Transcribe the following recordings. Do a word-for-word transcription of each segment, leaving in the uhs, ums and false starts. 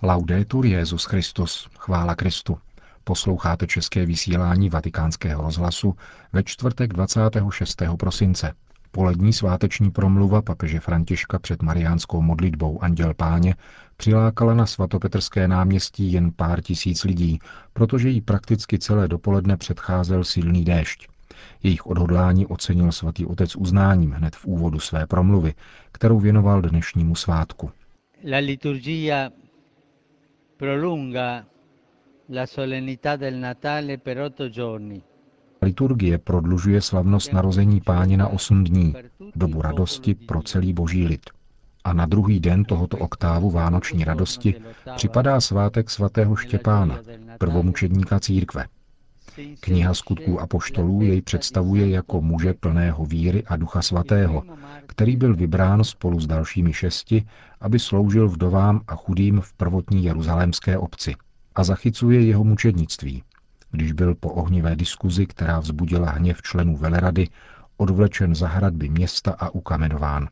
Laudetur Jesus Christus, chvála Kristu. Posloucháte české vysílání Vatikánského rozhlasu ve čtvrtek dvacátého šestého prosince. Polední sváteční promluva papeže Františka před mariánskou modlitbou Anděl Páně přilákala na svatopetrské náměstí jen pár tisíc lidí, protože jí prakticky celé dopoledne předcházel silný déšť. Jejich odhodlání ocenil svatý otec uznáním hned v úvodu své promluvy, kterou věnoval dnešnímu svátku. La liturgia prolunga la solennità del Natale per otto giorni. Liturgie prodlužuje slavnost narození Páně na osm dní, dobu radosti pro celý boží lid. A na druhý den tohoto oktávu vánoční radosti připadá svátek svatého Štěpána, prvomučedníka církve. Kniha Skutků apoštolů jej představuje jako muže plného víry a ducha svatého, který byl vybrán spolu s dalšími šesti, aby sloužil vdovám a chudým v prvotní jeruzalémské obci, a zachycuje jeho mučednictví, když byl po ohnivé diskuzi, která vzbudila hněv členů velerady, odvlečen za hradby města a ukamenován.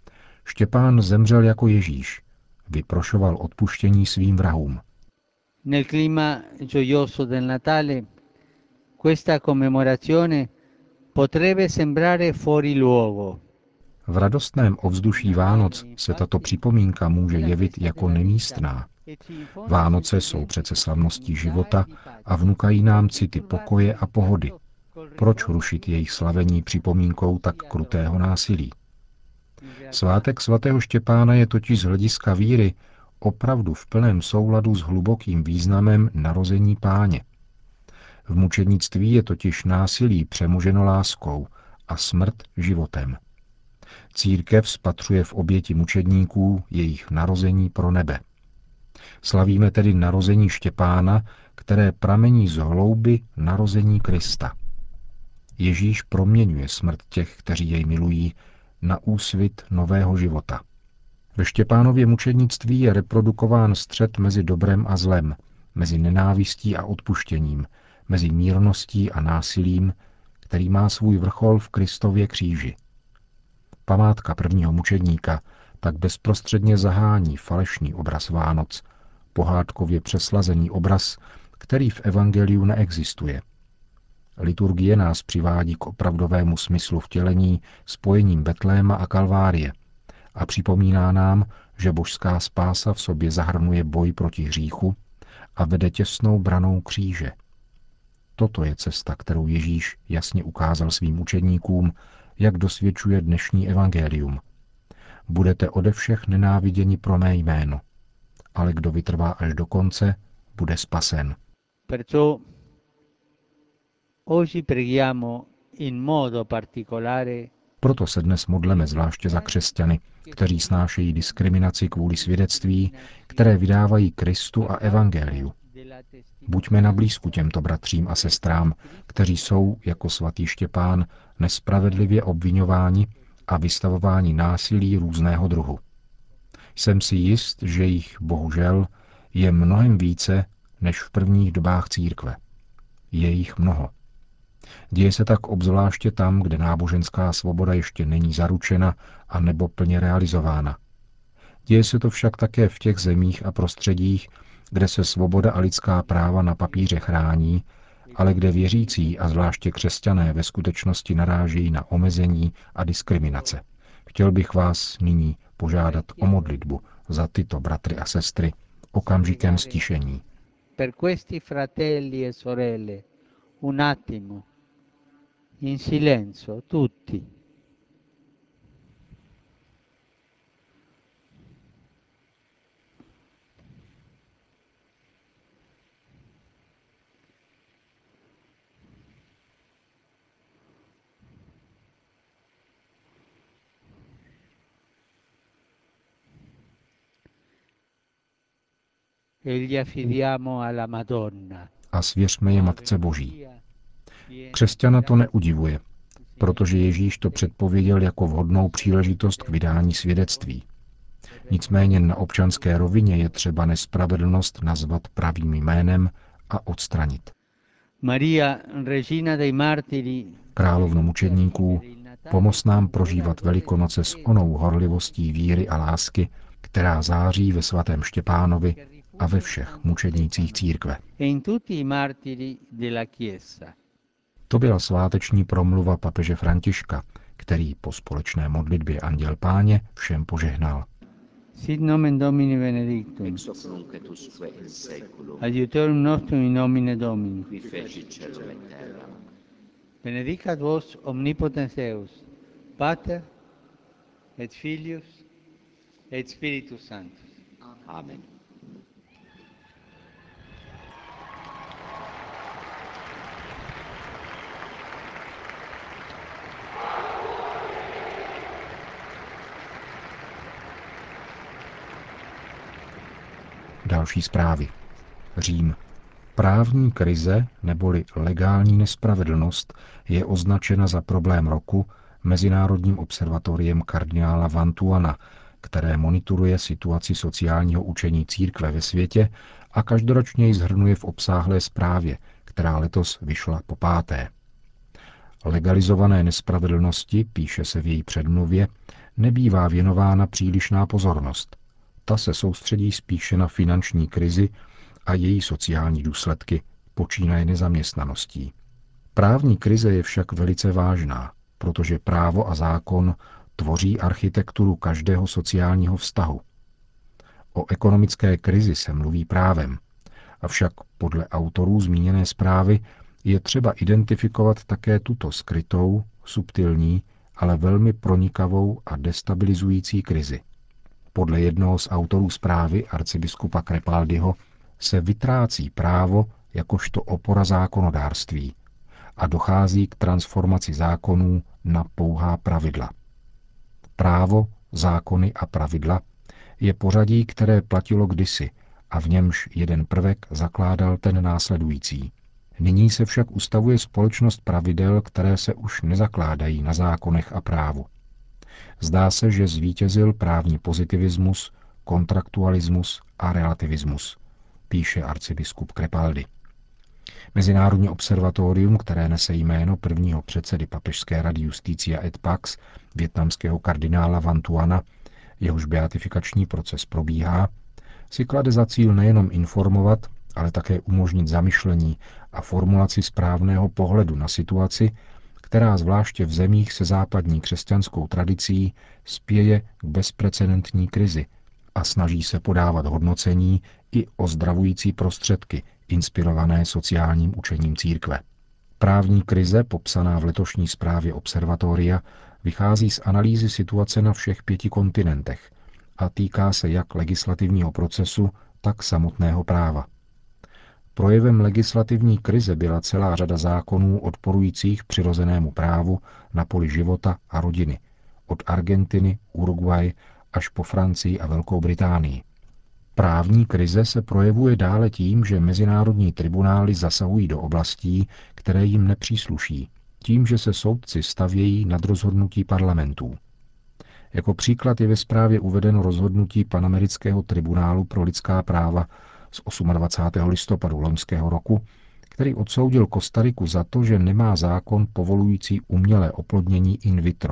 Štěpán zemřel jako Ježíš, vyprošoval odpuštění svým vrahům. Nel clima gioioso del Natale, questa commemorazione potrebbe sembrare fuori luogo. V radostném ovzduší Vánoc se tato připomínka může jevit jako nemístná. Vánoce jsou přece slavností života a vnukají nám city pokoje a pohody. Proč rušit jejich slavení připomínkou tak krutého násilí? Svátek svatého Štěpána je totiž z hlediska víry opravdu v plném souladu s hlubokým významem narození Páně. V mučednictví je totiž násilí přemoženo láskou a smrt životem. Církev spatřuje v oběti mučedníků jejich narození pro nebe. Slavíme tedy narození Štěpána, které pramení z hlouby narození Krista. Ježíš proměňuje smrt těch, kteří jej milují, na úsvit nového života. Ve Štěpánově mučednictví je reprodukován střet mezi dobrem a zlem, mezi nenávistí a odpuštěním, mezi mírností a násilím, který má svůj vrchol v Kristově kříži. Památka prvního mučedníka tak bezprostředně zahání falešný obraz Vánoc, pohádkově přeslazený obraz, který v evangeliu neexistuje. Liturgie nás přivádí k opravdovému smyslu vtělení spojením Betléma a Kalvárie a připomíná nám, že božská spása v sobě zahrnuje boj proti hříchu a vede těsnou branou kříže. Toto je cesta, kterou Ježíš jasně ukázal svým učedníkům, jak dosvědčuje dnešní evangelium. Budete ode všech nenáviděni pro mé jméno, ale kdo vytrvá až do konce, bude spasen. Perciò oggi preghiamo in modo particolare. Proto se dnes modleme zvláště za křesťany, kteří snášejí diskriminaci kvůli svědectví, které vydávají Kristu a evangeliu. Buďme na blízku těmto bratřím a sestrám, kteří jsou, jako svatý Štěpán, nespravedlivě obviňováni a vystavováni násilí různého druhu. Jsem si jist, že jich, bohužel, je mnohem více než v prvních dobách církve. Je jich mnoho. Děje se tak obzvláště tam, kde náboženská svoboda ještě není zaručena a nebo plně realizována. Děje se to však také v těch zemích a prostředích, kde se svoboda a lidská práva na papíře chrání, ale kde věřící a zvláště křesťané ve skutečnosti narážejí na omezení a diskriminace. Chtěl bych vás nyní požádat o modlitbu za tyto bratry a sestry okamžikem stišení. Per questi fratelli e sorelle, un attimo, in silenzio, tutti. A svěřme je Matce Boží. Křesťana to neudivuje, protože Ježíš to předpověděl jako vhodnou příležitost k vydání svědectví. Nicméně na občanské rovině je třeba nespravedlnost nazvat pravým jménem a odstranit. Královno mučedníků, pomoz nám prožívat Velikonoce s onou horlivostí víry a lásky, která září ve svatém Štěpánovi a ve všech mučednících církve. To byla sváteční promluva papeže Františka, který po společné modlitbě Anděl Páně všem požehnal. Sit nomen Domini benedictum. Ex hoc nunc et usque in seculum. Adiutorium nostrum in nomine Domini. Qui fecit caelum et terram. Benedicat vos omnipotens Deus, Pater et Filius et Spiritus Sanctus. Amen. Další zprávy. Řím. Právní krize neboli legální nespravedlnost je označena za problém roku Mezinárodním observatoriem kardinála Vantuana, které monitoruje situaci sociálního učení církve ve světě a každoročně ji shrnuje v obsáhlé zprávě, která letos vyšla po páté. Legalizované nespravedlnosti, píše se v její předmluvě, nebývá věnována přílišná pozornost. Ta se soustředí spíše na finanční krizi a její sociální důsledky, počínaje nezaměstnaností. Právní krize je však velice vážná, protože právo a zákon tvoří architekturu každého sociálního vztahu. O ekonomické krizi se mluví právem, avšak podle autorů zmíněné zprávy je třeba identifikovat také tuto skrytou, subtilní, ale velmi pronikavou a destabilizující krizi. Podle jednoho z autorů zprávy, arcibiskupa Crepaldiho, se vytrácí právo jakožto opora zákonodárství a dochází k transformaci zákonů na pouhá pravidla. Právo, zákony a pravidla je pořadí, které platilo kdysi a v němž jeden prvek zakládal ten následující. Nyní se však ustavuje společnost pravidel, které se už nezakládají na zákonech a právu. Zdá se, že zvítězil právní pozitivismus, kontraktualismus a relativismus, píše arcibiskup Crepaldi. Mezinárodní observatorium, které nese jméno prvního předsedy Papežské rady Justitia et Pax, vietnamského kardinála Vantuana, jehož beatifikační proces probíhá, si klade za cíl nejenom informovat, ale také umožnit zamyšlení a formulaci správného pohledu na situaci, která zvláště v zemích se západní křesťanskou tradicí spěje k bezprecedentní krizi a snaží se podávat hodnocení i ozdravující prostředky inspirované sociálním učením církve. Právní krize, popsaná v letošní zprávě observatoria, vychází z analýzy situace na všech pěti kontinentech a týká se jak legislativního procesu, tak samotného práva. Projevem legislativní krize byla celá řada zákonů odporujících přirozenému právu na poli života a rodiny, od Argentiny, Uruguay až po Francii a Velkou Británii. Právní krize se projevuje dále tím, že mezinárodní tribunály zasahují do oblastí, které jim nepřísluší, tím, že se soudci stavějí nad rozhodnutí parlamentů. Jako příklad je ve zprávě uvedeno rozhodnutí Panamerického tribunálu pro lidská práva z dvacátého osmého listopadu loňského roku, který odsoudil Kostariku za to, že nemá zákon povolující umělé oplodnění in vitro.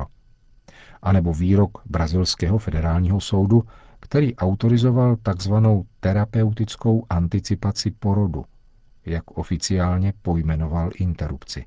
A nebo výrok brazilského federálního soudu, který autorizoval takzvanou terapeutickou anticipaci porodu, jak oficiálně pojmenoval interrupci.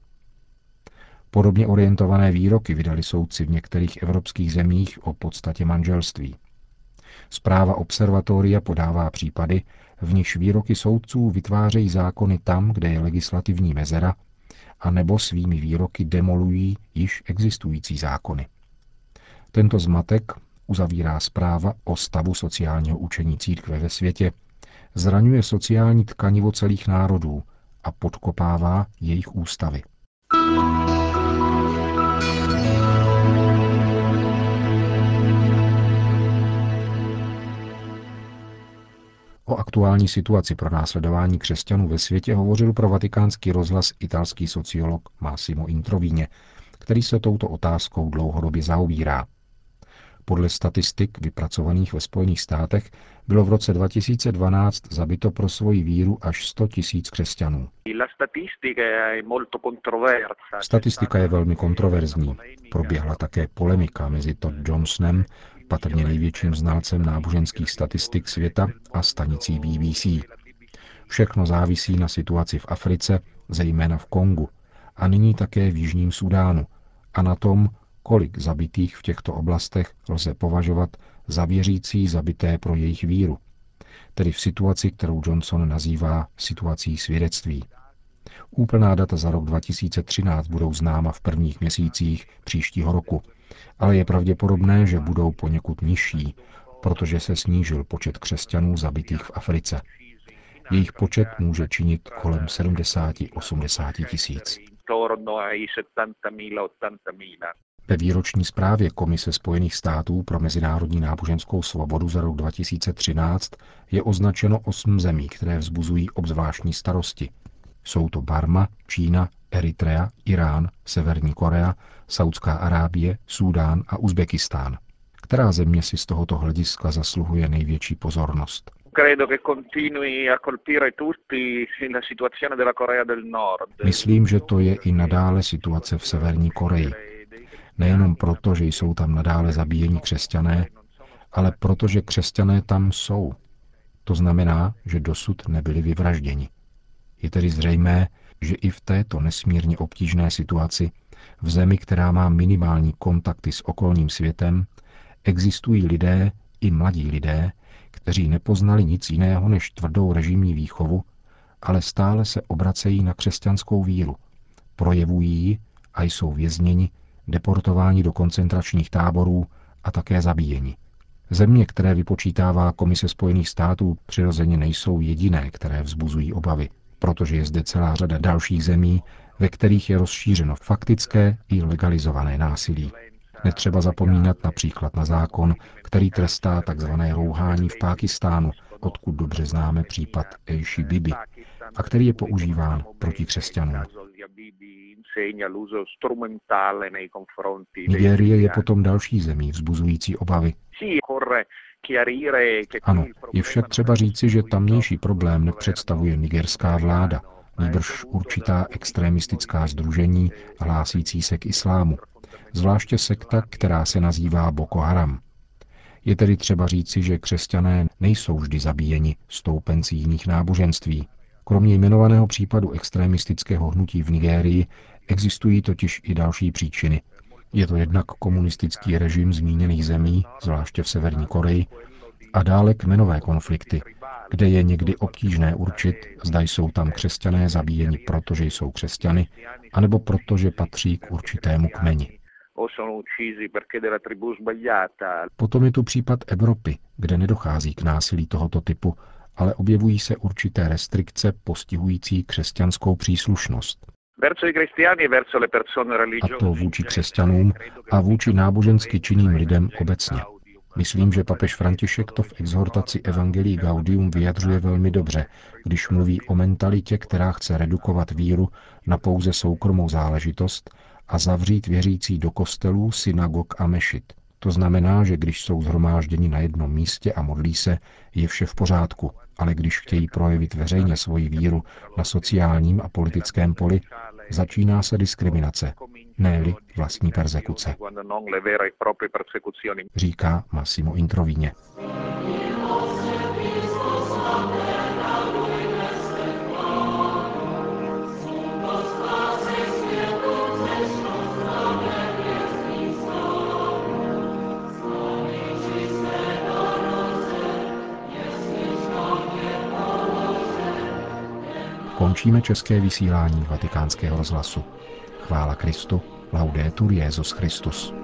Podobně orientované výroky vydali soudci v některých evropských zemích o podstatě manželství. Zpráva observatoria podává případy, v nichž výroky soudců vytvářejí zákony tam, kde je legislativní mezera, a nebo svými výroky demolují již existující zákony. Tento zmatek, uzavírá zpráva o stavu sociálního učení církve ve světě, zraňuje sociální tkanivo celých národů a podkopává jejich ústavy. O aktuální situaci pro následování křesťanů ve světě hovořil pro Vatikánský rozhlas italský sociolog Massimo Introvigne, který se touto otázkou dlouhodobě zaobírá. Podle statistik vypracovaných ve Spojených státech bylo v roce dva tisíce dvanáct zabito pro svoji víru až sto tisíc křesťanů. Statistika je velmi kontroverzní. Proběhla také polemika mezi Todd Johnsonem, patrně největším znalcem náboženských statistik světa, a stanicí B B C. Všechno závisí na situaci v Africe, zejména v Kongu, a nyní také v Jižním Súdánu, a na tom, kolik zabitých v těchto oblastech lze považovat za věřící zabité pro jejich víru, tedy v situaci, kterou Johnson nazývá situací svědectví. Úplná data za rok dva tisíce třináct budou známa v prvních měsících příštího roku, ale je pravděpodobné, že budou poněkud nižší, protože se snížil počet křesťanů zabitých v Africe. Jejich počet může činit kolem sedmdesát až osmdesát tisíc. Ve výroční zprávě Komise Spojených států pro mezinárodní náboženskou svobodu za rok dva tisíce třináct je označeno osm zemí, které vzbuzují obzvláštní starosti. Jsou to Barma, Čína, Eritrea, Irán, Severní Korea, Saudská Arábie, Súdán a Uzbekistán. Která země si z tohoto hlediska zasluhuje největší pozornost? Myslím, že to je i nadále situace v Severní Koreji. Nejenom proto, že jsou tam nadále zabíjeni křesťané, ale protože křesťané tam jsou. To znamená, že dosud nebyli vyvražděni. Je tedy zřejmé, že i v této nesmírně obtížné situaci, v zemi, která má minimální kontakty s okolním světem, existují lidé, i mladí lidé, kteří nepoznali nic jiného než tvrdou režimní výchovu, ale stále se obracejí na křesťanskou víru, projevují ji a jsou vězněni, deportováni do koncentračních táborů a také zabíjeni. Země, které vypočítává Komise Spojených států, přirozeně nejsou jediné, které vzbuzují obavy, protože je zde celá řada dalších zemí, ve kterých je rozšířeno faktické i legalizované násilí. Netřeba zapomínat například na zákon, který trestá tzv. Rouhání v Pákistánu, odkud dobře známe případ Eishi Bibi, a který je používán proti křesťanům. Nigérie je potom další zemí vzbuzující obavy. Ano, je však třeba říci, že tamnější problém nepředstavuje nigerská vláda, nýbrž určitá extremistická sdružení hlásící se k islámu, zvláště sekta, která se nazývá Boko Haram. Je tedy třeba říci, že křesťané nejsou vždy zabíjeni stoupenci jiných náboženství. Kromě jmenovaného případu extremistického hnutí v Nigérii existují totiž i další příčiny. Je to jednak komunistický režim zmíněných zemí, zvláště v Severní Koreji, a dále kmenové konflikty, kde je někdy obtížné určit, zda jsou tam křesťané zabíjeni proto, že jsou křesťany, anebo proto, že patří k určitému kmeni. Potom je tu případ Evropy, kde nedochází k násilí tohoto typu, ale objevují se určité restrikce postihující křesťanskou příslušnost. A to vůči křesťanům a vůči nábožensky činným lidem obecně. Myslím, že papež František to v exhortaci Evangelii Gaudium vyjadřuje velmi dobře, když mluví o mentalitě, která chce redukovat víru na pouze soukromou záležitost a zavřít věřící do kostelů, synagog a mešit. To znamená, že když jsou shromážděni na jednom místě a modlí se, je vše v pořádku, ale když chtějí projevit veřejně svoji víru na sociálním a politickém poli, začíná se diskriminace, ne-li vlastní perzekuce, říká Massimo Introvigne. Končíme české vysílání Vatikánského rozhlasu. Chvála Kristu, laudetur Jesus Christus.